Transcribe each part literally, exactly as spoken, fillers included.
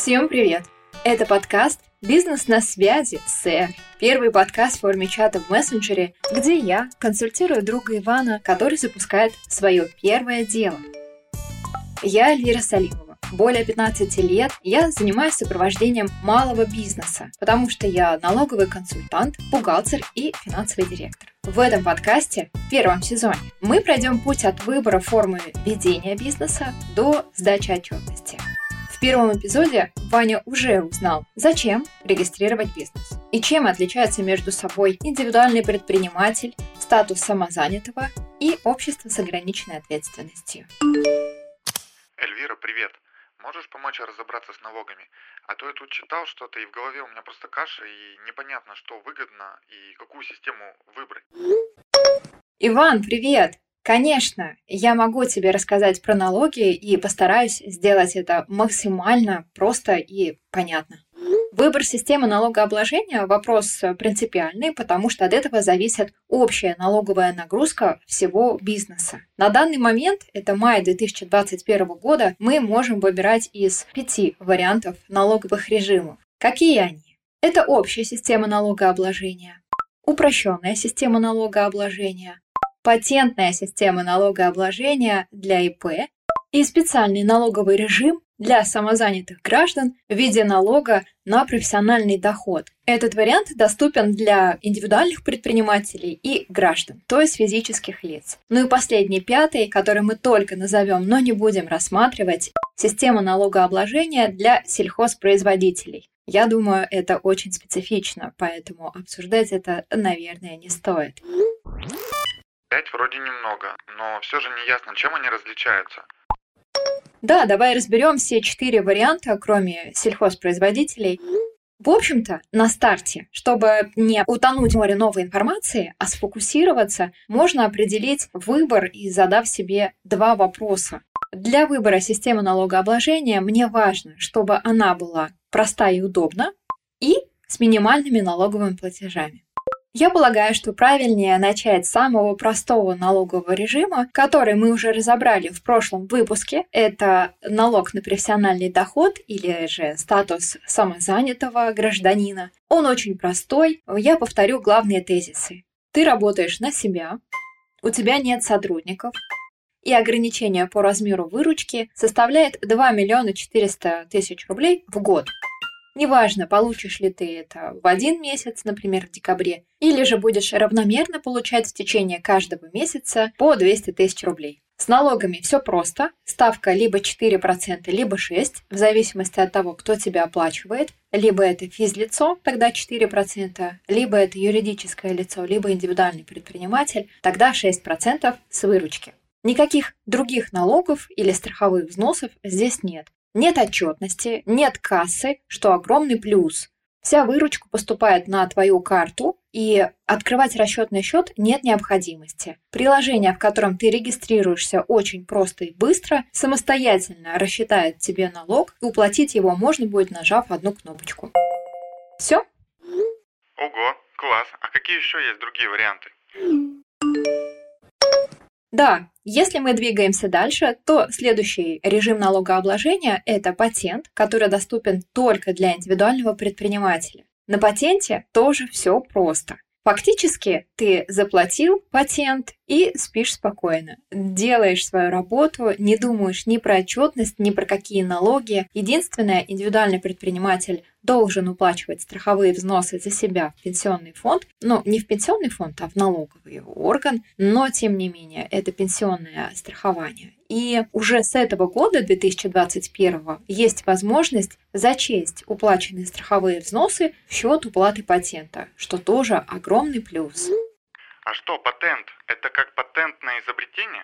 Всем привет! Это подкаст «Бизнес на связи, сэр». Первый подкаст в форме чата в мессенджере, где я консультирую друга Ивана, который запускает свое первое дело. Я Эльвира Салимова. Более пятнадцати лет я занимаюсь сопровождением малого бизнеса, потому что я налоговый консультант, бухгалтер и финансовый директор. В этом подкасте, в первом сезоне, мы пройдем путь от выбора формы ведения бизнеса до сдачи отчетности. В первом эпизоде Ваня уже узнал, зачем регистрировать бизнес и чем отличаются между собой индивидуальный предприниматель, статус самозанятого и общество с ограниченной ответственностью. Эльвира, привет. Можешь помочь разобраться с налогами? А то я тут читал что-то, и в голове у меня просто каша, и непонятно, что выгодно и какую систему выбрать. Иван, привет! Конечно, я могу тебе рассказать про налоги и постараюсь сделать это максимально просто и понятно. Выбор системы налогообложения – вопрос принципиальный, потому что от этого зависит общая налоговая нагрузка всего бизнеса. На данный момент, это май две тысячи двадцать первого года, мы можем выбирать из пяти вариантов налоговых режимов. Какие они? Это общая система налогообложения, упрощенная система налогообложения, патентная система налогообложения для И П и специальный налоговый режим для самозанятых граждан в виде налога на профессиональный доход. Этот вариант доступен для индивидуальных предпринимателей и граждан, то есть физических лиц. Ну и последний, пятый, который мы только назовем, но не будем рассматривать, система налогообложения для сельхозпроизводителей. Я думаю, это очень специфично, поэтому обсуждать это, наверное, не стоит. Пять вроде немного, но все же не ясно, чем они различаются. Да, давай разберем все четыре варианта, кроме сельхозпроизводителей. В общем-то, на старте, чтобы не утонуть в море новой информации, а сфокусироваться, можно определить выбор и задав себе два вопроса. Для выбора системы налогообложения мне важно, чтобы она была проста и удобна и с минимальными налоговыми платежами. Я полагаю, что правильнее начать с самого простого налогового режима, который мы уже разобрали в прошлом выпуске. Это налог на профессиональный доход или же статус самозанятого гражданина. Он очень простой. Я повторю главные тезисы. Ты работаешь на себя, у тебя нет сотрудников, и ограничение по размеру выручки составляет два миллиона четыреста тысяч рублей в год. Неважно, получишь ли ты это в один месяц, например, в декабре, или же будешь равномерно получать в течение каждого месяца по двести тысяч рублей. С налогами все просто. Ставка либо четыре процента, либо шесть процентов, в зависимости от того, кто тебя оплачивает. Либо это физлицо, тогда четыре процента, либо это юридическое лицо, либо индивидуальный предприниматель, тогда шесть процентов с выручки. Никаких других налогов или страховых взносов здесь нет. Нет отчетности, нет кассы, что огромный плюс. Вся выручка поступает на твою карту, и открывать расчетный счет нет необходимости. Приложение, в котором ты регистрируешься очень просто и быстро, самостоятельно рассчитает тебе налог, и уплатить его можно будет, нажав одну кнопочку. Все? Ого, класс. А какие еще есть другие варианты? Да, если мы двигаемся дальше, то следующий режим налогообложения – это патент, который доступен только для индивидуального предпринимателя. На патенте тоже все просто. Фактически ты заплатил патент и спишь спокойно. Делаешь свою работу, не думаешь ни про отчетность, ни про какие налоги. Единственное, индивидуальный предприниматель должен уплачивать страховые взносы за себя в пенсионный фонд. Ну, не в пенсионный фонд, а в налоговый орган. Но, тем не менее, это пенсионное страхование. И уже с этого года, две тысячи двадцать первого, есть возможность зачесть уплаченные страховые взносы в счет уплаты патента, что тоже огромный плюс. А что, патент? Это как патент на изобретение?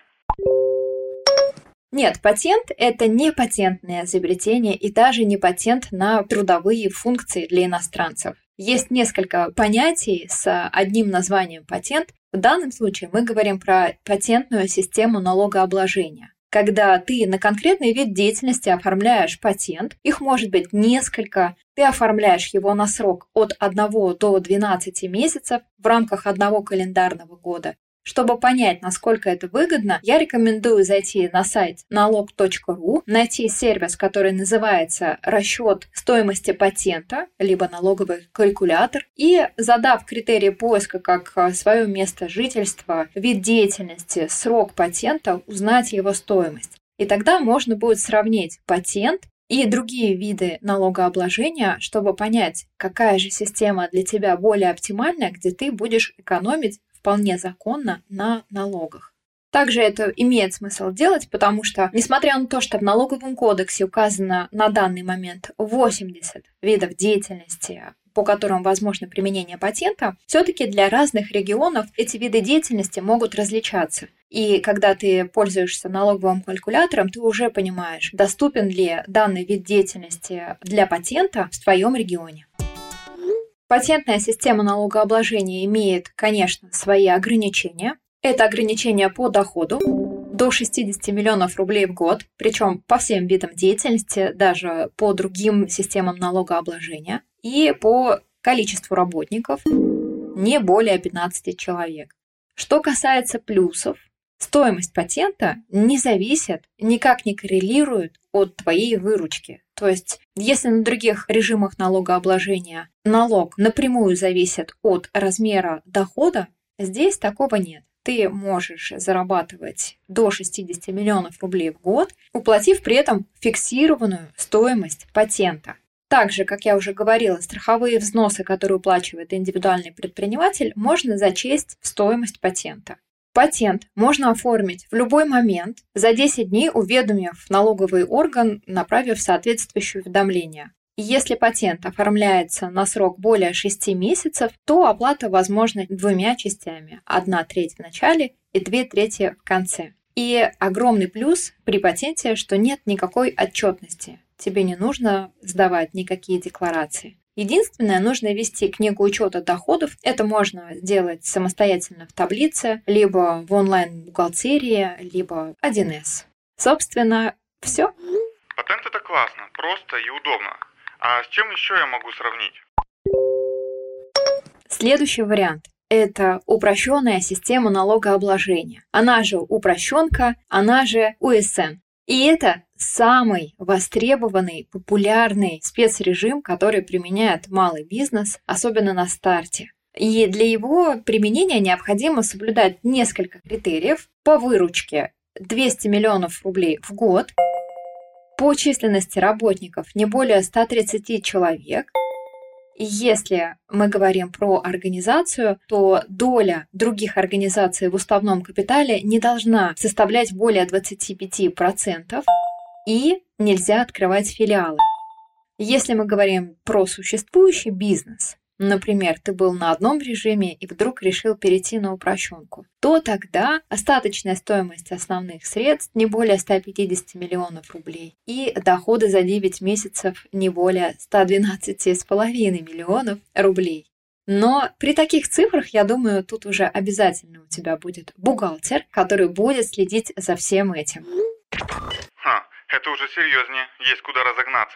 Нет, патент – это не патентное изобретение и даже не патент на трудовые функции для иностранцев. Есть несколько понятий с одним названием патент. В данном случае мы говорим про патентную систему налогообложения. Когда ты на конкретный вид деятельности оформляешь патент, их может быть несколько, ты оформляешь его на срок от одного до двенадцати месяцев в рамках одного календарного года. Чтобы понять, насколько это выгодно, я рекомендую зайти на сайт налог точка ру, найти сервис, который называется «Расчет стоимости патента», либо налоговый калькулятор, и, задав критерии поиска как свое место жительства, вид деятельности, срок патента, узнать его стоимость. И тогда можно будет сравнить патент и другие виды налогообложения, чтобы понять, какая же система для тебя более оптимальная, где ты будешь экономить вполне законно на налогах. Также это имеет смысл делать, потому что, несмотря на то, что в налоговом кодексе указано на данный момент восемьдесят видов деятельности, по которым возможно применение патента, все-таки для разных регионов эти виды деятельности могут различаться. И когда ты пользуешься налоговым калькулятором, ты уже понимаешь, доступен ли данный вид деятельности для патента в твоем регионе. Патентная система налогообложения имеет, конечно, свои ограничения. Это ограничения по доходу до шестьдесят миллионов рублей в год, причем по всем видам деятельности, даже по другим системам налогообложения, и по количеству работников не более пятнадцати человек. Что касается плюсов, стоимость патента не зависит, никак не коррелирует от твоей выручки. То есть, если на других режимах налогообложения налог напрямую зависит от размера дохода, здесь такого нет. Ты можешь зарабатывать до шестидесяти миллионов рублей в год, уплатив при этом фиксированную стоимость патента. Также, как я уже говорила, страховые взносы, которые уплачивает индивидуальный предприниматель, можно зачесть в стоимость патента. Патент можно оформить в любой момент, за десять дней уведомив налоговый орган, направив соответствующее уведомление. Если патент оформляется на срок более шести месяцев, то оплата возможна двумя частями. Одна треть в начале и две трети в конце. И огромный плюс при патенте, что нет никакой отчетности. Тебе не нужно сдавать никакие декларации. Единственное, нужно вести книгу учета доходов. Это можно сделать самостоятельно в таблице, либо в онлайн-бухгалтерии, либо один эс. Собственно, все. Патент — это классно, просто и удобно. А с чем еще я могу сравнить? Следующий вариант – это упрощенная система налогообложения. Она же упрощенка, она же у эс эн. И это самый востребованный, популярный спецрежим, который применяет малый бизнес, особенно на старте. И для его применения необходимо соблюдать несколько критериев. По выручке двести миллионов рублей в год, по численности работников не более ста тридцати человек. И если мы говорим про организацию, то доля других организаций в уставном капитале не должна составлять более двадцати пяти процентов, и нельзя открывать филиалы. Если мы говорим про существующий бизнес, например, ты был на одном режиме и вдруг решил перейти на упрощенку, то тогда остаточная стоимость основных средств не более ста пятидесяти миллионов рублей и доходы за девять месяцев не более ста двенадцати с половиной миллионов рублей. Но при таких цифрах, я думаю, тут уже обязательно у тебя будет бухгалтер, который будет следить за всем этим. Ха, это уже серьезнее, есть куда разогнаться.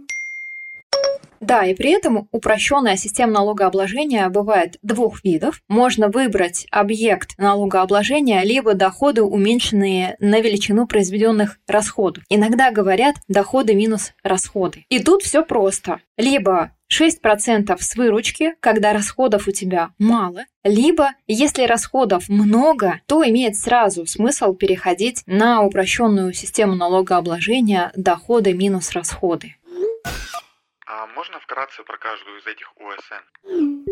Да, и при этом упрощенная система налогообложения бывает двух видов. Можно выбрать объект налогообложения, либо доходы, уменьшенные на величину произведенных расходов. Иногда говорят доходы минус расходы. И тут все просто. Либо шесть процентов с выручки, когда расходов у тебя мало, либо, если расходов много, то имеет сразу смысл переходить на упрощенную систему налогообложения доходы минус расходы. А можно вкратце про каждую из этих у эс эн?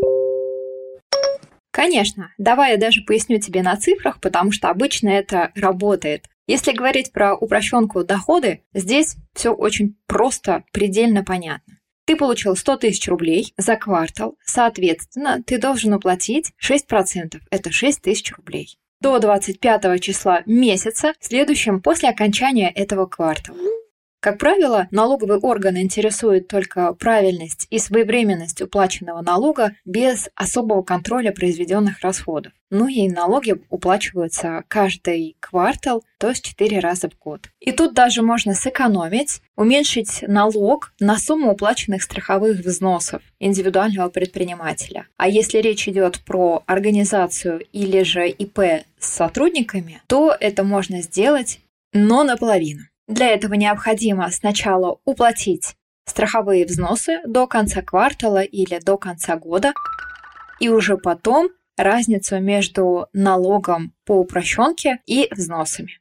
Конечно. Давай я даже поясню тебе на цифрах, потому что обычно это работает. Если говорить про упрощенку доходы, здесь все очень просто, предельно понятно. Ты получил сто тысяч рублей за квартал, соответственно, ты должен уплатить шесть процентов, это шесть тысяч рублей. До двадцать пятого числа месяца, следующем после окончания этого квартала. Как правило, налоговый орган интересует только правильность и своевременность уплаченного налога без особого контроля произведенных расходов. Ну и налоги уплачиваются каждый квартал, то есть четыре раза в год. И тут даже можно сэкономить, уменьшить налог на сумму уплаченных страховых взносов индивидуального предпринимателя. А если речь идет про организацию или же ИП с сотрудниками, то это можно сделать, но наполовину. Для этого необходимо сначала уплатить страховые взносы до конца квартала или до конца года, и уже потом разницу между налогом по упрощенке и взносами.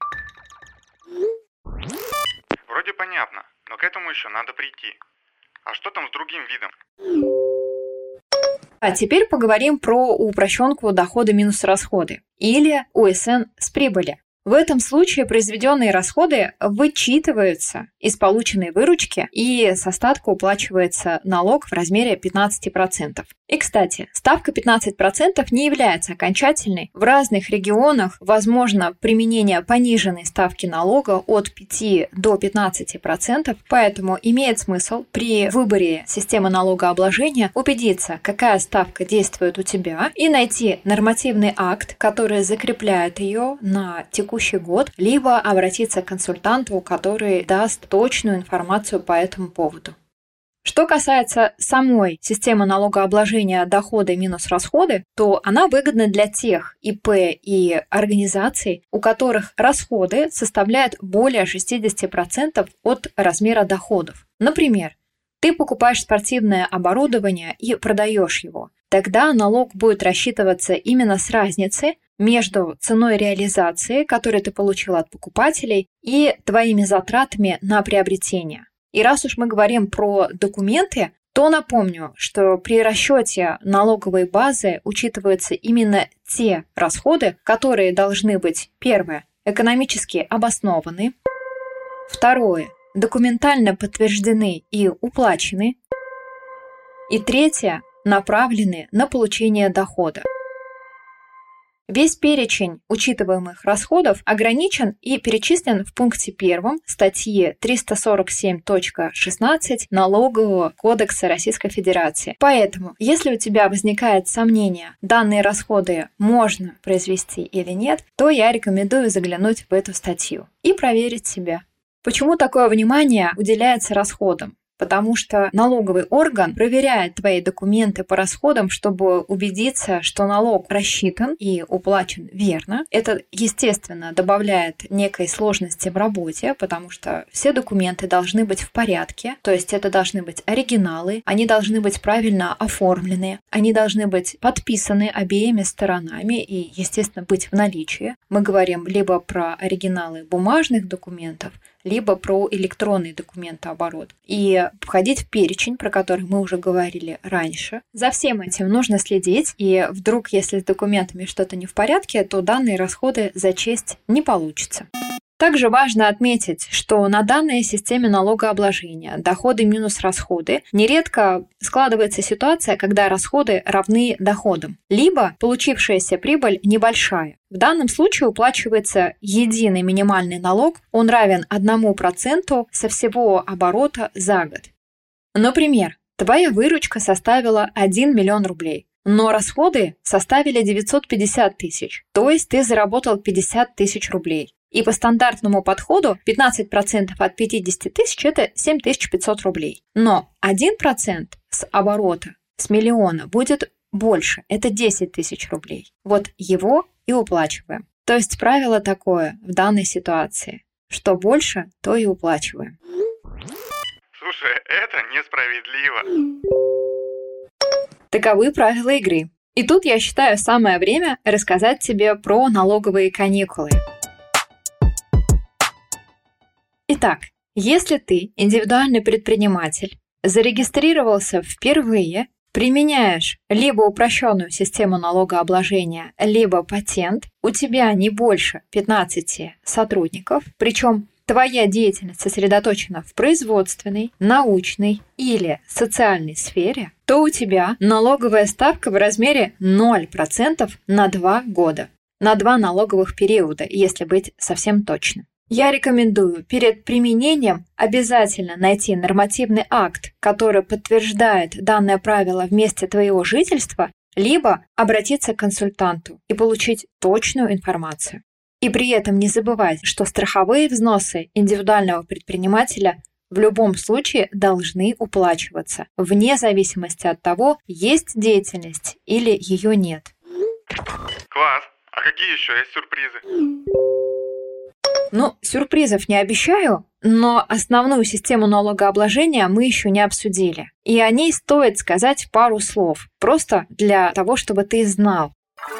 Вроде понятно, но к этому еще надо прийти. А что там с другим видом? А теперь поговорим про упрощенку дохода минус расходы, или У Эс Эн с прибыли. В этом случае произведенные расходы вычитываются из полученной выручки, и с остатка уплачивается налог в размере пятнадцать процентов. И, кстати, ставка пятнадцать процентов не является окончательной. В разных регионах возможно применение пониженной ставки налога от пяти до пятнадцати процентов, поэтому имеет смысл при выборе системы налогообложения убедиться, какая ставка действует у тебя, и найти нормативный акт, который закрепляет ее на текущий год, либо обратиться к консультанту, который даст точную информацию по этому поводу. Что касается самой системы налогообложения дохода минус расходы, то она выгодна для тех И Пэ и организаций, у которых расходы составляют более шестьдесят процентов от размера доходов. Например, ты покупаешь спортивное оборудование и продаешь его. Тогда налог будет рассчитываться именно с разницы между ценой реализации, которую ты получил от покупателей, и твоими затратами на приобретение. И раз уж мы говорим про документы, то напомню, что при расчете налоговой базы учитываются именно те расходы, которые должны быть, первое, экономически обоснованы, второе, документально подтверждены и уплачены, и третье, направлены на получение дохода. Весь перечень учитываемых расходов ограничен и перечислен в пункте первом статьи триста сорок семь точка шестнадцать Налогового кодекса Российской Федерации. Поэтому, если у тебя возникает сомнение, данные расходы можно произвести или нет, то я рекомендую заглянуть в эту статью и проверить себя. Почему такое внимание уделяется расходам? Потому что налоговый орган проверяет твои документы по расходам, чтобы убедиться, что налог рассчитан и уплачен верно. Это, естественно, добавляет некой сложности в работе, потому что все документы должны быть в порядке, то есть это должны быть оригиналы, они должны быть правильно оформлены, они должны быть подписаны обеими сторонами и, естественно, быть в наличии. Мы говорим либо про оригиналы бумажных документов, либо про электронный документооборот. И входить в перечень, про который мы уже говорили раньше. За всем этим нужно следить, и вдруг, если с документами что-то не в порядке, то данные расходы зачесть не получится. Также важно отметить, что на данной системе налогообложения доходы минус расходы нередко складывается ситуация, когда расходы равны доходам, либо получившаяся прибыль небольшая. В данном случае уплачивается единый минимальный налог, он равен одному проценту со всего оборота за год. Например, твоя выручка составила один миллион рублей, но расходы составили девятьсот пятьдесят тысяч, то есть ты заработал пятьдесят тысяч рублей. И по стандартному подходу пятнадцать процентов от пятьдесят тысяч – это семь тысяч пятьсот рублей. Но один процент с оборота, с миллиона, будет больше, это десять тысяч рублей. Вот его и уплачиваем. То есть правило такое в данной ситуации: что больше, то и уплачиваем. Слушай, это несправедливо. Таковы правила игры. И тут я считаю самое время рассказать тебе про налоговые каникулы. Итак, если ты индивидуальный предприниматель, зарегистрировался впервые, применяешь либо упрощенную систему налогообложения, либо патент, у тебя не больше пятнадцати сотрудников, причем твоя деятельность сосредоточена в производственной, научной или социальной сфере, то у тебя налоговая ставка в размере ноль процентов на два года, на два налоговых периода, если быть совсем точным. Я рекомендую перед применением обязательно найти нормативный акт, который подтверждает данное правило в месте твоего жительства, либо обратиться к консультанту и получить точную информацию. И при этом не забывать, что страховые взносы индивидуального предпринимателя в любом случае должны уплачиваться, вне зависимости от того, есть деятельность или ее нет. Класс! А какие еще есть сюрпризы? Ну, сюрпризов не обещаю, но основную систему налогообложения мы еще не обсудили. И о ней стоит сказать пару слов, просто для того, чтобы ты знал.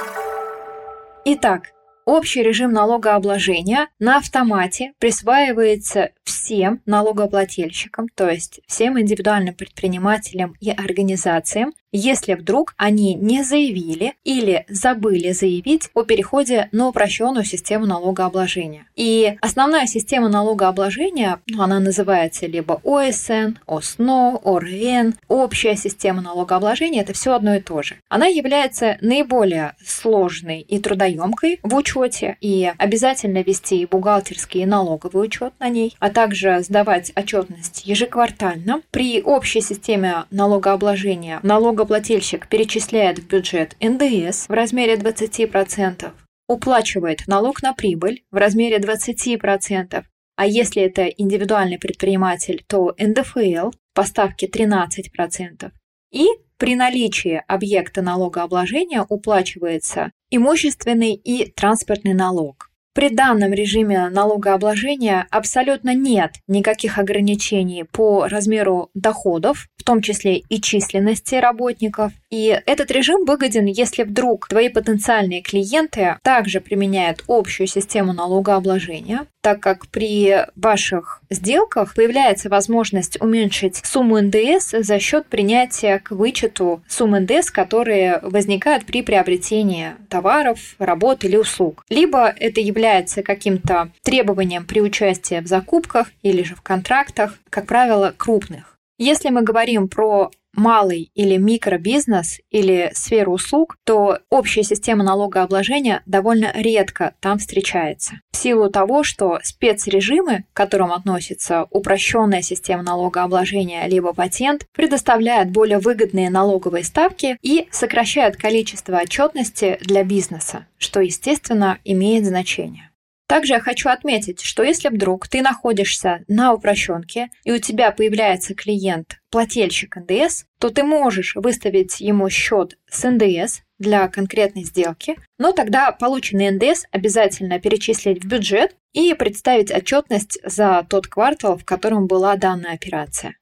Итак, общий режим налогообложения на автомате присваивается всем налогоплательщикам, то есть всем индивидуальным предпринимателям и организациям, если вдруг они не заявили или забыли заявить о переходе на упрощенную систему налогообложения. И основная система налогообложения, ну, она называется либо о эс эн, ОСНО, о эр эн, общая система налогообложения, это все одно и то же. Она является наиболее сложной и трудоемкой в учете, и обязательно вести бухгалтерский и налоговый учет на ней, а также сдавать отчетность ежеквартально. При общей системе налогообложения налогоплательщик перечисляет в бюджет эн дэ эс в размере двадцать процентов, уплачивает налог на прибыль в размере двадцать процентов, а если это индивидуальный предприниматель, то эн дэ эф эл по ставке тринадцать процентов. И при наличии объекта налогообложения уплачивается имущественный и транспортный налог. При данном режиме налогообложения абсолютно нет никаких ограничений по размеру доходов, в том числе и численности работников. И этот режим выгоден, если вдруг твои потенциальные клиенты также применяют общую систему налогообложения, так как при ваших сделках появляется возможность уменьшить сумму эн дэ эс за счет принятия к вычету сумм эн дэ эс, которые возникают при приобретении товаров, работ или услуг. Либо это является каким-то требованием при участии в закупках или же в контрактах, как правило, крупных. Если мы говорим про малый или микробизнес или сферу услуг, то общая система налогообложения довольно редко там встречается. В силу того, что спецрежимы, к которым относится упрощенная система налогообложения либо патент, предоставляют более выгодные налоговые ставки и сокращают количество отчетности для бизнеса, что, естественно, имеет значение. Также я хочу отметить, что если вдруг ты находишься на упрощенке и у тебя появляется клиент, плательщик эн дэ эс, то ты можешь выставить ему счет с эн дэ эс для конкретной сделки, но тогда полученный эн дэ эс обязательно перечислить в бюджет и представить отчетность за тот квартал, в котором была данная операция.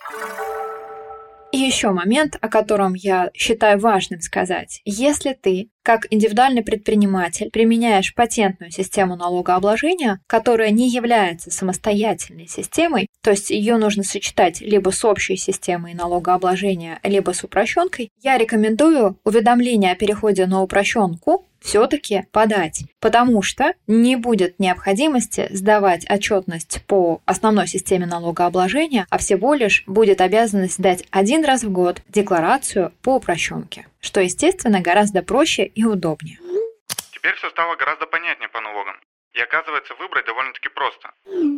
И еще момент, о котором я считаю важным сказать. Если ты, как индивидуальный предприниматель, применяешь патентную систему налогообложения, которая не является самостоятельной системой, то есть ее нужно сочетать либо с общей системой налогообложения, либо с упрощенкой, я рекомендую уведомление о переходе на упрощенку все-таки подать, потому что не будет необходимости сдавать отчетность по основной системе налогообложения, а всего лишь будет обязанность сдать один раз в год декларацию по упрощенке, что, естественно, гораздо проще и удобнее. Теперь все стало гораздо понятнее по налогам. И оказывается, выбрать довольно-таки просто.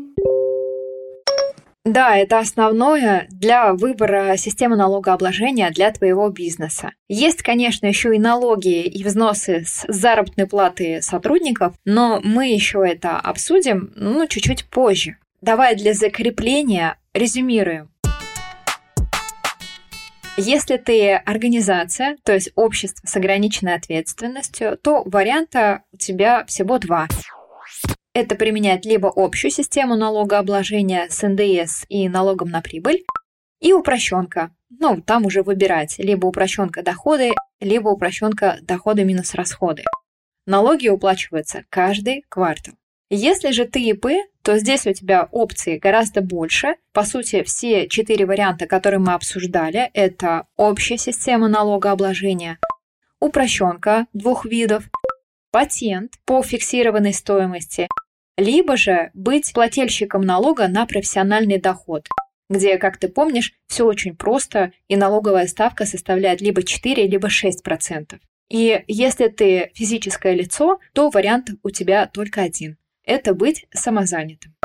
Да, это основное для выбора системы налогообложения для твоего бизнеса. Есть, конечно, еще и налоги и взносы с заработной платы сотрудников, но мы еще это обсудим, ну, чуть-чуть позже. Давай для закрепления резюмируем. Если ты организация, то есть общество с ограниченной ответственностью, то варианта у тебя всего два. Это применять либо общую систему налогообложения с эн дэ эс и налогом на прибыль, и упрощенка. Ну, там уже выбирать либо упрощенка доходы, либо упрощенка доходы минус расходы. Налоги уплачиваются каждый квартал. Если же ты и пэ, то здесь у тебя опций гораздо больше. По сути, все четыре варианта, которые мы обсуждали, это общая система налогообложения, упрощенка двух видов, патент по фиксированной стоимости, либо же быть плательщиком налога на профессиональный доход, где, как ты помнишь, все очень просто, и налоговая ставка составляет либо четыре, либо шесть процентов. И если ты физическое лицо, то вариант у тебя только один – это быть самозанятым.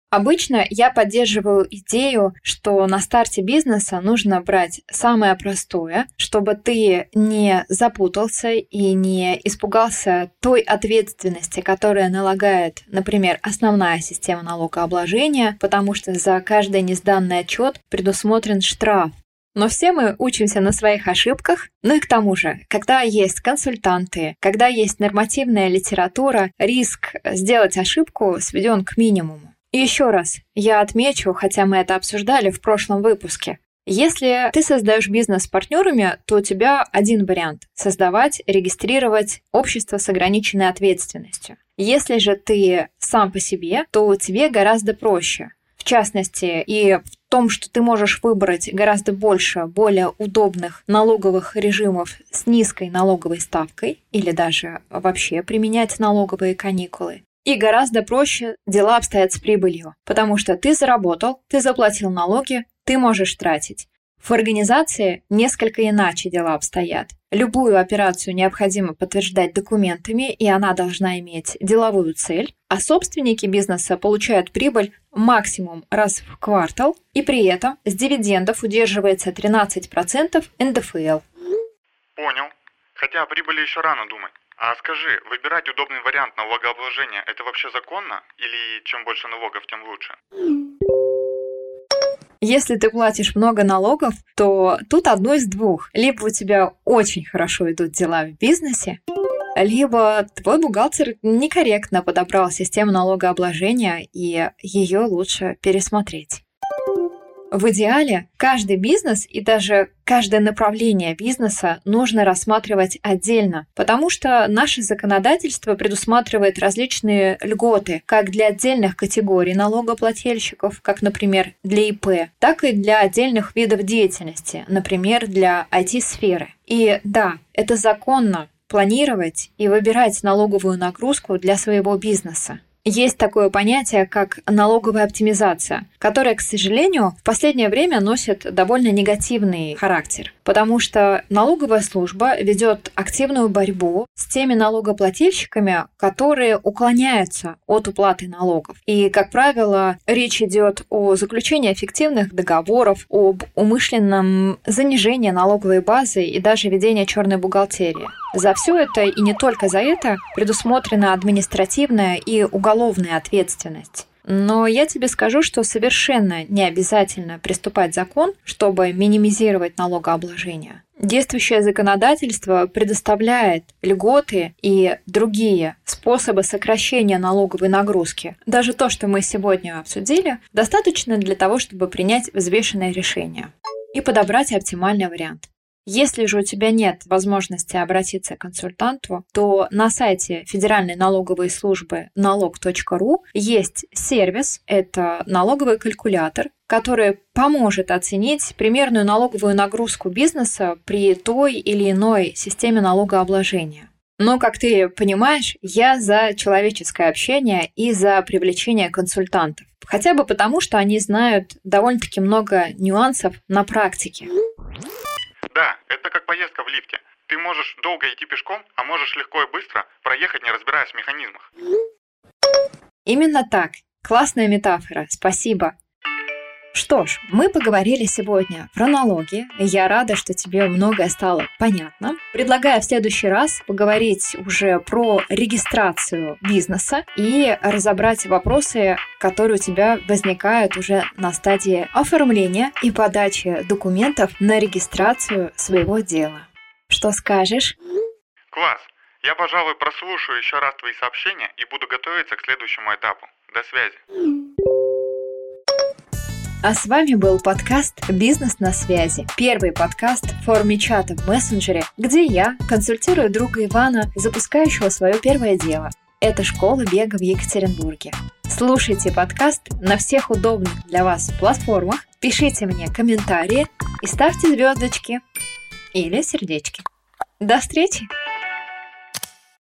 Обычно я поддерживаю идею, что на старте бизнеса нужно брать самое простое, чтобы ты не запутался и не испугался той ответственности, которая налагает, например, основная система налогообложения, потому что за каждый несданный отчет предусмотрен штраф. Но все мы учимся на своих ошибках. Ну и к тому же, когда есть консультанты, когда есть нормативная литература, риск сделать ошибку сведен к минимуму. И еще раз, я отмечу, хотя мы это обсуждали в прошлом выпуске, если ты создаешь бизнес с партнерами, то у тебя один вариант – создавать, регистрировать общество с ограниченной ответственностью. Если же ты сам по себе, то тебе гораздо проще. В частности, и в том, что ты можешь выбрать гораздо больше более удобных налоговых режимов с низкой налоговой ставкой или даже вообще применять налоговые каникулы. И гораздо проще дела обстоят с прибылью, потому что ты заработал, ты заплатил налоги, ты можешь тратить. В организации несколько иначе дела обстоят. Любую операцию необходимо подтверждать документами, и она должна иметь деловую цель, а собственники бизнеса получают прибыль максимум раз в квартал, и при этом с дивидендов удерживается тринадцать процентов эн дэ эф эл. Понял. Хотя о прибыли еще рано думать. А скажи, выбирать удобный вариант налогообложения – это вообще законно? Или чем больше налогов, тем лучше? Если ты платишь много налогов, то тут одно из двух. Либо у тебя очень хорошо идут дела в бизнесе, либо твой бухгалтер некорректно подобрал систему налогообложения, и ее лучше пересмотреть. В идеале каждый бизнес и даже каждое направление бизнеса нужно рассматривать отдельно, потому что наше законодательство предусматривает различные льготы как для отдельных категорий налогоплательщиков, как, например, для и пэ, так и для отдельных видов деятельности, например, для ай ти-сферы. И да, это законно планировать и выбирать налоговую нагрузку для своего бизнеса. Есть такое понятие, как налоговая оптимизация, которая, к сожалению, в последнее время носит довольно негативный характер, потому что налоговая служба ведет активную борьбу с теми налогоплательщиками, которые уклоняются от уплаты налогов. И, как правило, речь идет о заключении фиктивных договоров, об умышленном занижении налоговой базы и даже ведении черной бухгалтерии. За все это и не только за это предусмотрена административная и уголовная ответственность. Но я тебе скажу, что совершенно не обязательно приступать закон, чтобы минимизировать налогообложение. Действующее законодательство предоставляет льготы и другие способы сокращения налоговой нагрузки. Даже то, что мы сегодня обсудили, достаточно для того, чтобы принять взвешенное решение и подобрать оптимальный вариант. Если же у тебя нет возможности обратиться к консультанту, то на сайте Федеральной налоговой службы налог точка ру есть сервис, это налоговый калькулятор, который поможет оценить примерную налоговую нагрузку бизнеса при той или иной системе налогообложения. Но, как ты понимаешь, я за человеческое общение и за привлечение консультантов. Хотя бы потому, что они знают довольно-таки много нюансов на практике. Да, это как поездка в лифте. Ты можешь долго идти пешком, а можешь легко и быстро проехать, не разбираясь в механизмах. Именно так. Классная метафора. Спасибо. Что ж, мы поговорили сегодня про налоги. Я рада, что тебе многое стало понятно. Предлагаю в следующий раз поговорить уже про регистрацию бизнеса и разобрать вопросы, которые у тебя возникают уже на стадии оформления и подачи документов на регистрацию своего дела. Что скажешь? Класс. Я, пожалуй, прослушаю еще раз твои сообщения и буду готовиться к следующему этапу. До связи. А с вами был подкаст «Бизнес на связи». Первый подкаст в форме чата в мессенджере, где я консультирую друга Ивана, запускающего свое первое дело. Это школа бега в Екатеринбурге. Слушайте подкаст на всех удобных для вас платформах, пишите мне комментарии и ставьте звездочки или сердечки. До встречи!